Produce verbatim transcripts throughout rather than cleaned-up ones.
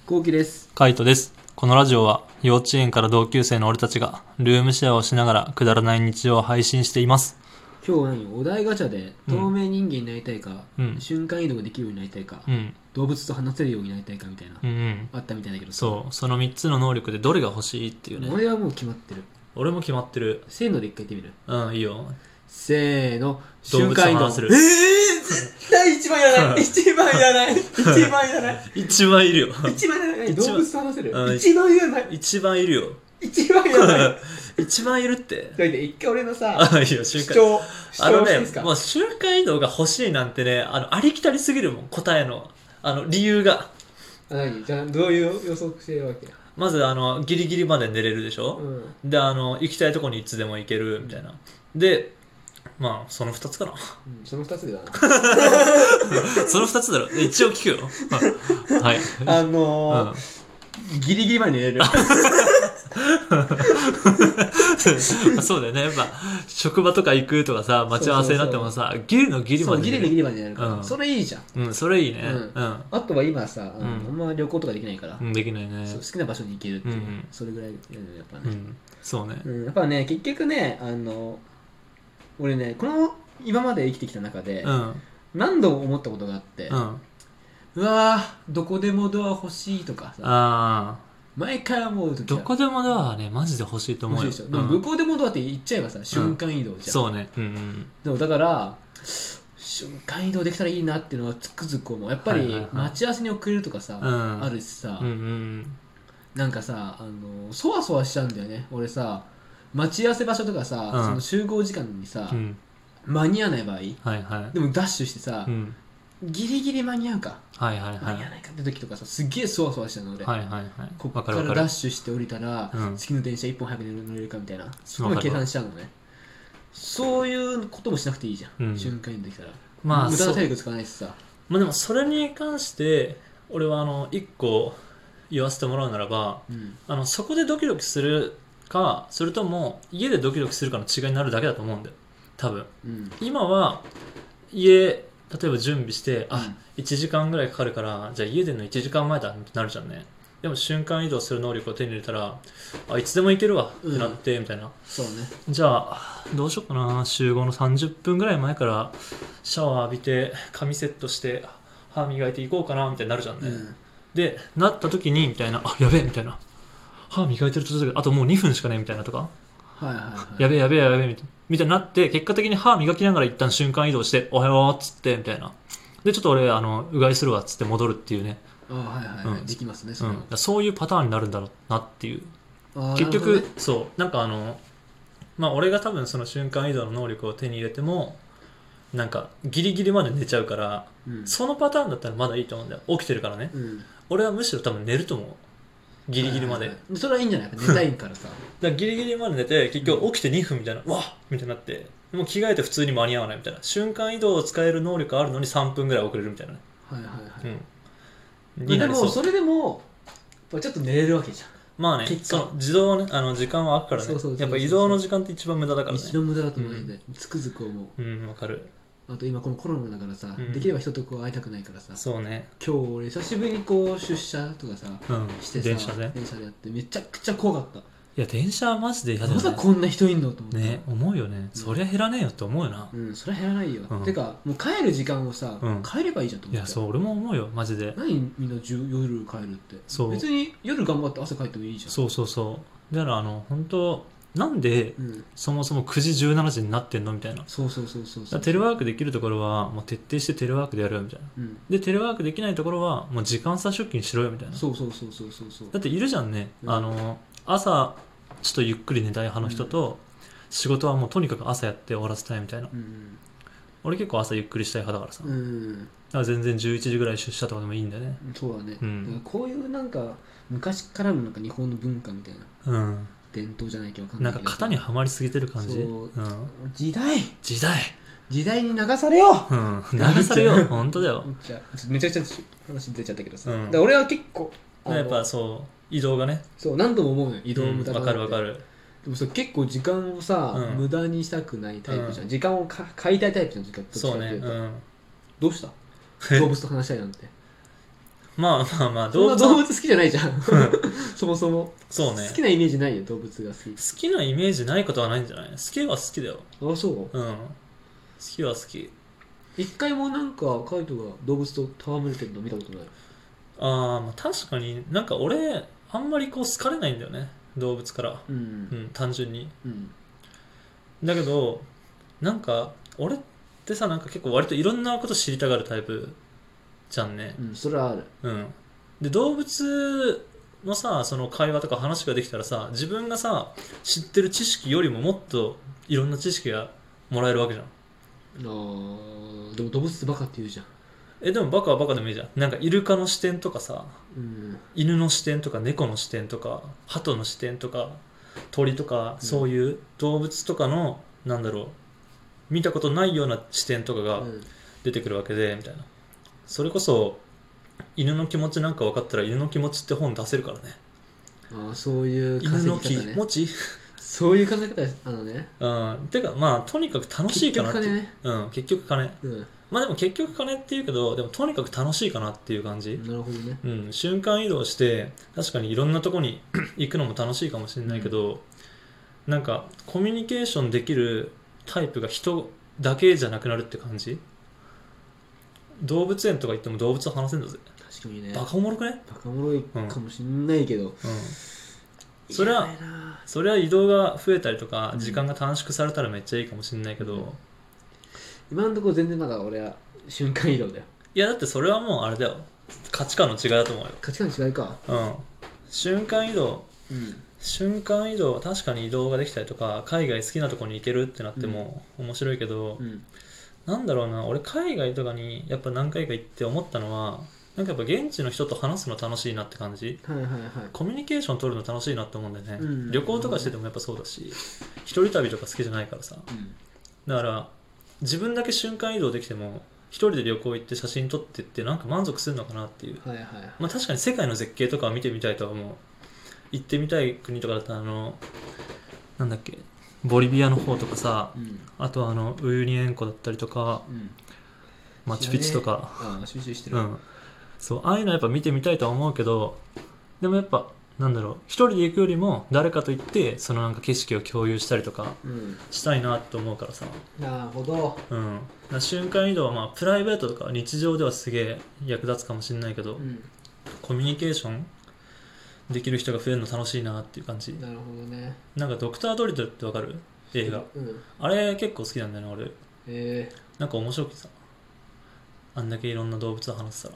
こうきです。 カイトです。このラジオは幼稚園から同級生の俺たちがルームシェアをしながらくだらない日常を配信しています。 今日は何お題ガチャで透明人間になりたいか、うん、瞬間移動ができるようになりたいか、うん、動物と話せるようになりたいかみたいな、うんうん、あったみたいだけどさ、 そうそのみっつの能力でどれが欲しいっていうね。 俺はもう決まってる。 俺も決まってる。 せーので一回言ってみる。 うんいいよ。 せーの。 動物と話せる。 えー、絶対一番いらない。一番いらない。一番いらない。 一番いるよ。 一番いらない。動物と話せる。一番いらない。 一番いるよ。 一番いらない。 一番いるって。 だって一回俺のさ、 あいいよ瞬間主張あのね、もう瞬間移動が欲しいなんてね、あのありきたりすぎるもん答えのあの理由が。 あ何じゃあどういう予測してるわけ？ まずあのギリギリまで寝れるでしょ、うん、であの行きたいとこにいつでも行けるみたいな、うん、でまあそのふたつかな、うん、 そのふたつでだなそのふたつだろ一応聞くよはいあのーうん、ギリギリまで寝れるそうだよね。やっぱ職場とか行くとかさ待ち合わせになってもさ、そうそうそうギリのギリまで寝れる。そうギリのギリまで寝れるから、うん、それいいじゃん。 うんそれいいね、うんうん、あとは今さ、うん、あんま旅行とかできないから、 うん、できないね。 そう好きな場所に行けるっていう、うん、それぐらいやっぱね、 うん、そうね、 うん、やっぱね結局ねあの俺ねこの今まで生きてきた中で、うん、何度も思ったことがあって、うん、うわーどこでもドア欲しいとかさあ毎回思うときどこでもドアはねマジで欲しいと思うよ。 欲しいでしょ、でもどこでもドアって言っちゃえばさ、うん、瞬間移動じゃん、 そうね、うんうん、 でもだから瞬間移動できたらいいなっていうのはつくづく思う。やっぱり待ち合わせに遅れるとかさ、はいはいはい、あるしさ、うんうん、なんかさあのそわそわしちゃうんだよね俺さ。待ち合わせ場所とかさ、うん、その集合時間にさ、うん、間に合わない場合、はいはい、でもダッシュしてさ、うん、ギリギリ間に合うか、はいはいはい、間に合わないかって時とかさすっげえそわそわしちゃうの俺、はいはいはい、こっからダッシュして降りたら、うん、次の電車いっぽん早く乗れるかみたいな、そこまで計算しちゃうのね。そういうこともしなくていいじゃん、うん、瞬間にできたら、まあ、無駄な体力使わないしさ。 まあでもそれに関して俺はあのいっこ言わせてもらうならば、うん、あのそこでドキドキするかそれとも家でドキドキするかの違いになるだけだと思うんだよ多分、うん、今は家例えば準備して、うん、あいちじかんぐらいかかるからじゃあ家でのいちじかんまえだってなるじゃんね。でも瞬間移動する能力を手に入れたらあいつでも行けるわってなって、うん、みたいな。 そうね。 じゃあどうしようかな、集合のさんじゅっぷんぐらい前からシャワー浴びて髪セットして歯磨いていこうかなみたいになるじゃんね、うん、でなった時にみたいな、あやべえみたいな、歯磨いてる途中であともうにふんしかねえみたいなとか、はいはいはい、やべえやべえやべえみたいなみたいになって結果的に歯磨きながら一旦瞬間移動しておはようっつってみたいなでちょっと俺あのうがいするわっつって戻るっていうね。 あはいはいはい、うん、できますねそれは、 うん、そういうパターンになるんだろうなっていう。結局、ね、そうなんかあのまあ俺が多分その瞬間移動の能力を手に入れてもなんかギリギリまで寝ちゃうから、うん、そのパターンだったらまだいいと思うんだよ。起きてるからね、うん、俺はむしろ多分寝ると思うギリギリまで、はいはいはい、 それはいいんじゃないか寝たいからさだからギリギリまで寝て結局起きてにふんみたいな、うん、わっみたいになってもう着替えて普通に間に合わないみたいな。瞬間移動を使える能力あるのにさんぷんぐらい遅れるみたいなね。はいはいはい、 うん、でもそれでもちょっと寝れるわけじゃん。 まあねその自動の、ね、あの時間は空くからね。そうそうそうそう、やっぱ移動の時間って一番無駄だからね。 一番無駄だと思うんで、うん、つくづく思う。 うんわかる。 あと今このコロナだからさ、うん、できれば人とこう会いたくないからさ。 そうね。 今日俺久しぶりにこう出社とかさ、うん、してさ電車で電車でやってめちゃくちゃ怖かった。 いや電車はマジで嫌だよね。 まだこんな人いんのと思ってね思うよね、うん、そりゃ減らねえよって思うよな。 うんそりゃ減らないよ、うん、てかもう帰る時間をさ、うん、帰ればいいじゃんと思って。 いやそう俺も思うよマジで。 何みんな夜帰るって。そう別に夜頑張って朝帰ってもいいじゃん。 そうそうそうだからあの本当なんで、うん、そもそもくじじゅうしちじになってんのみたいな。 そうそうそうそうそう。 テレワークできるところはもう徹底してテレワークでやるよみたいな、うん、でテレワークできないところはもう時間差出勤しろよみたいな。 そうそうそうそうそうそう。 だっているじゃんね、うん、あの朝ちょっとゆっくり寝たい派の人と、うん、仕事はもうとにかく朝やって終わらせたいみたいな、うん、俺結構朝ゆっくりしたい派だからさ、うん、だから全然じゅういちじぐらい出社とかでもいいんだよね。 そうだね、うん、だからこういうなんか昔からのなんか日本の文化みたいな、うん、伝統じゃないけど分かんないけどなんか型にはまりすぎてる感じ。そう、うん、 時代時代時代に流されよう、うん、 流されよう本当だよめちゃくちゃ話出ちゃったけどさ、うん、だから俺は結構やっぱそう移動がねそう何度も思うのよ移動無駄だなって。 わ、うん、かるわかる。 でもそれ結構時間をさ、うん、無駄にしたくないタイプじゃん、うん、時間をか買いたいタイプじゃん。時間そうね、うん、 どうした動物と話したいなんてまあまあまあ動物動物好きじゃないじゃんそもそもそうね好きなイメージないよ動物が好き好きなイメージないことはないんじゃない？好きは好きだよ。 あそううん好きは好き。 一回もなんかカイトが動物と戯れてるの見たことない。 あーまあ確かになんか俺あんまりこう好かれないんだよね動物から、 うん、 うん、単純に、 うん、 だけどなんか俺ってさなんか結構割といろんなこと知りたがるタイプじゃんね。 うん、それはある。 うんで動物のさその会話とか話ができたらさ自分がさ知ってる知識よりももっといろんな知識がもらえるわけじゃん。 あーでも動物ってバカって言うじゃん。 えでもバカはバカでもいいじゃん。なんかイルカの視点とかさ、 うん、 犬の視点とか猫の視点とか鳩の視点とか鳥とか、うん、そういう動物とかのなんだろう見たことないような視点とかが出てくるわけで、みたいな。それこそ犬の気持ちなんか分かったら犬の気持ちって本出せるからね。 ああそういう考え方、ね、犬の気持ちそういう考え方です。あのねうんてかまあとにかく楽しいかなって。結局金ね。うん結局金、うん、まあでも結局金っていうけどでもとにかく楽しいかなっていう感じ。 なるほどね、 うん、瞬間移動して確かにいろんなとこに行くのも楽しいかもしれないけど、うん、なんかコミュニケーションできるタイプが人だけじゃなくなるって感じ。動物園とか行っても動物は話せんだぜ。 確かにね。 バカおもろくね。 バカおもろいかもしんないけど、うんうん、 それはそれは移動が増えたりとか時間が短縮されたらめっちゃいいかもしんないけど、うん、 今のところ全然まだ俺は瞬間移動だよ。 いやだってそれはもうあれだよ価値観の違いだと思うよ。 価値観の違いか。 うん瞬間移動、 うん、 瞬間移動は確かに移動ができたりとか海外好きなとこに行けるってなっても面白いけど、うん、なんだろうな俺海外とかにやっぱ何回か行って思ったのはなんかやっぱ現地の人と話すの楽しいなって感じ、 はいはいはい、 コミュニケーション取るの楽しいなって思うんだよね、 うん、 旅行とかしててもやっぱそうだし一人旅とか好きじゃないからさ、うん、だから自分だけ瞬間移動できても一人で旅行行って写真撮ってってなんか満足するのかなっていう、 はいはいはい、 まあ確かに世界の絶景とかは見てみたいとは思う。行ってみたい国とかだったらあのなんだっけボリビアの方とかさ、うん、あとはあのウユニ塩湖だったりとか、うん、マチュピチュとか、 ああマチュピチュしてる、 うん、そうああいうのやっぱ見てみたいとは思うけどでもやっぱなんだろう一人で行くよりも誰かと行ってそのなんか景色を共有したりとかしたいなと思うからさ、 うん、なるほど、 うん、だ瞬間移動はまあプライベートとか日常ではすげえ役立つかもしれないけど、うん、コミュニケーションできる人が増えるの楽しいなっていう感じ。 なるほどね。 なんかドクタードリトルってわかる映画、うん、あれ結構好きなんだよね俺。 えー、 なんか面白くてさあんだけいろんな動物と話せたら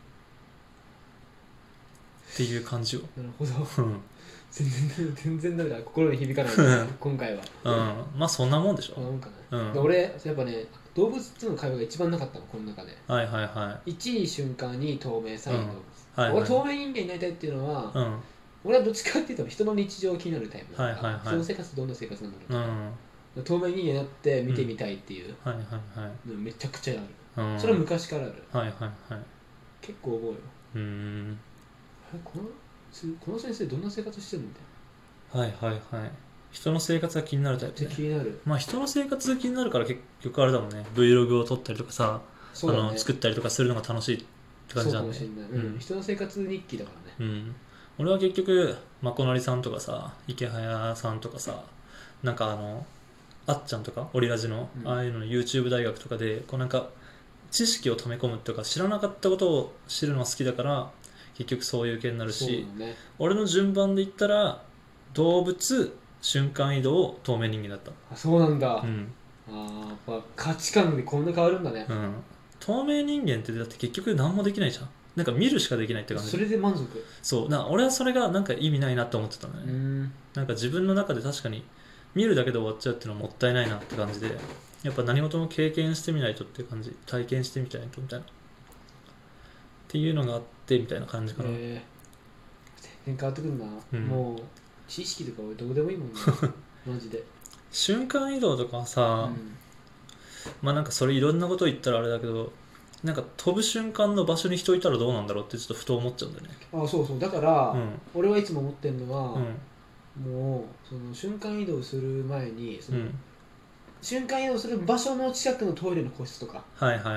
っていう感じよ。 なるほど全然全然ダメだ心に響かない今回は。 うんまあそんなもんでしょ。 そんなもんかな、 うん、 で俺やっぱね動物との会話が一番なかったのこの中で。 はいはいはいいちい瞬間に透明される動物、 うんはいはい、 俺透明人間になりたいっていうのは、うん、俺はどっちかっていうと人の日常が気になるタイプだから、はいはいはい、人の生活どんな生活なんだろうとか、うん、透明人間になって見てみたいっていう、 うんはいはいはい、 めちゃくちゃある、うん、それは昔からある、 はいはいはい、 結構思うよ。 うーんこのこの先生どんな生活してるんだよ。はいはいはい人の生活が気になるタイプ、ね、 気になる。 まあ人の生活が気になるから結局あれだもんね Vlog を撮ったりとかさ、ね、あの作ったりとかするのが楽しいって感じなんで。 そうかもしれない、うん、人の生活日記だからね、 うん、俺は結局まこなりさんとかさ池早さんとかさなんかあのあっちゃんとかオリラジの、うん、ああいうの YouTube 大学とかでこうなんか知識を溜め込むとか知らなかったことを知るのが好きだから結局そういう系になるし、ね、俺の順番で言ったら動物瞬間移動透明人間だった。 あそうなんだ、 うん、 あやっぱ価値観でこんな変わるんだね、 うん、透明人間ってだって結局何もできないじゃん。なんか見るしかできないって感じ。 それで満足。 そうな俺はそれがなんか意味ないなって思ってたんだね。うんなんか自分の中で確かに見るだけで終わっちゃうっていうのはもったいないなって感じでやっぱ何事も経験してみないとっていう感じ体験してみたいとみたいなっていうのがあってみたいな感じかな。 へ全然変わってくるな、うん、もう知識とか俺どうでもいいもんねマジで。 瞬間移動とかさ、うん、まあなんかそれいろんなこと言ったらあれだけどなんか飛ぶ瞬間の場所に人いたらどうなんだろうってちょっとふと思っちゃうんだよね。 あそうそうだから、うん、俺はいつも思ってるのは、 うん、 もうその瞬間移動する前にその、うん、瞬間移動する場所の近くのトイレの個室とか、 はいはいはい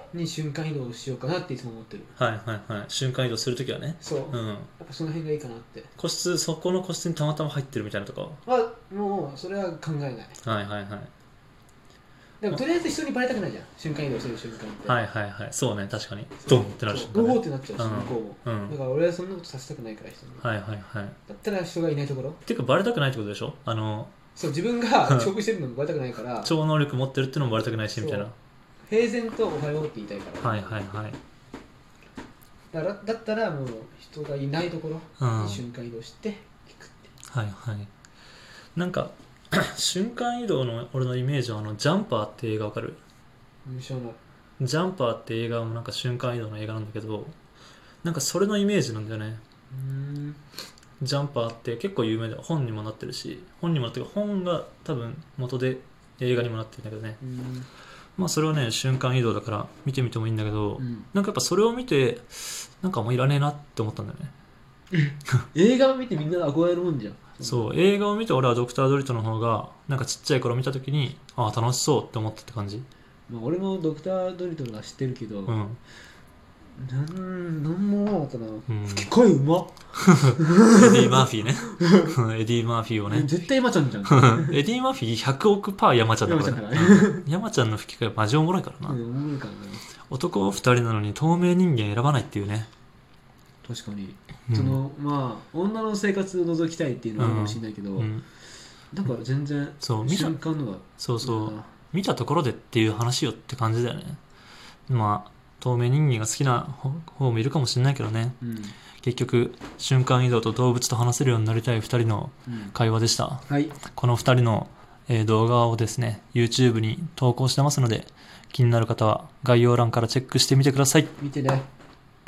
に瞬間移動しようかなっていつも思ってる。 はいはいはい。瞬間移動するときはね。 そう、 うん、 やっぱその辺がいいかなって。 個室、そこの個室にたまたま入ってるみたいなとかはもうそれは考えない。 はいはいはい。 でもとりあえず人にバレたくないじゃん、瞬間移動してる瞬間って。 はいはいはい。そうね、確かにドンってなる瞬間、ね、 ドーってなっちゃうし、向こうも、うん、だから俺はそんなことさせたくないから人に。はいはいはい。だったら人がいないところっていうかバレたくないってことでしょ。あのそう、自分が遅刻してるのもバレたくないから超能力持ってるっていうのもバレたくないしみたいな。 平然とおはようって言いたいから。 はいはいはい。 だからだったらもう人がいないところに瞬間移動していくって、 うん、はいはい。なんか瞬間移動の俺のイメージはあのジャンパーって映画わかる？ うん、知らない。 ジャンパーって映画もなんか瞬間移動の映画なんだけど、なんかそれのイメージなんだよね。 うーん、 ジャンパーって結構有名で本にもなってるし、本にもなってる本が多分元で映画にもなってるんだけどね。 うーん、 まあそれはね瞬間移動だから見てみてもいいんだけど、 うん、 なんかやっぱそれを見てなんかもういらねえなって思ったんだよね。 映画を見てみんな憧れるもんじゃん。 そう、映画を見て俺はドクター・ドリトの方がなんかちっちゃい頃見た時にああ楽しそうって思ったって感じ。 まあ、俺もドクター・ドリトルは知ってるけど、 うん、 なんなんもなかったな、うん、吹き替えうまっエディ・マーフィーねエディ・マーフィーをね絶対山ちゃんじゃんエディ・マーフィーひゃくおくパー山ちゃんだからね。山ちゃんの吹き替えマジおもろいからな、うん、おもろいからね。男ふたりなのに透明人間選ばないっていうね。 確かに、うん、そのまあ女の生活を覗きたいっていうのはあるかもしれないけど、うん、なんか全然瞬間のがそうそう見たところでっていう話よって感じだよね。まあ透明人間が好きな方もいるかもしれないけどね、うん、結局瞬間移動と動物と話せるようになりたいふたりの会話でした、うん、はい、このふたりの、えー、動画をですね YouTube に投稿してますので気になる方は概要欄からチェックしてみてください。 見てね。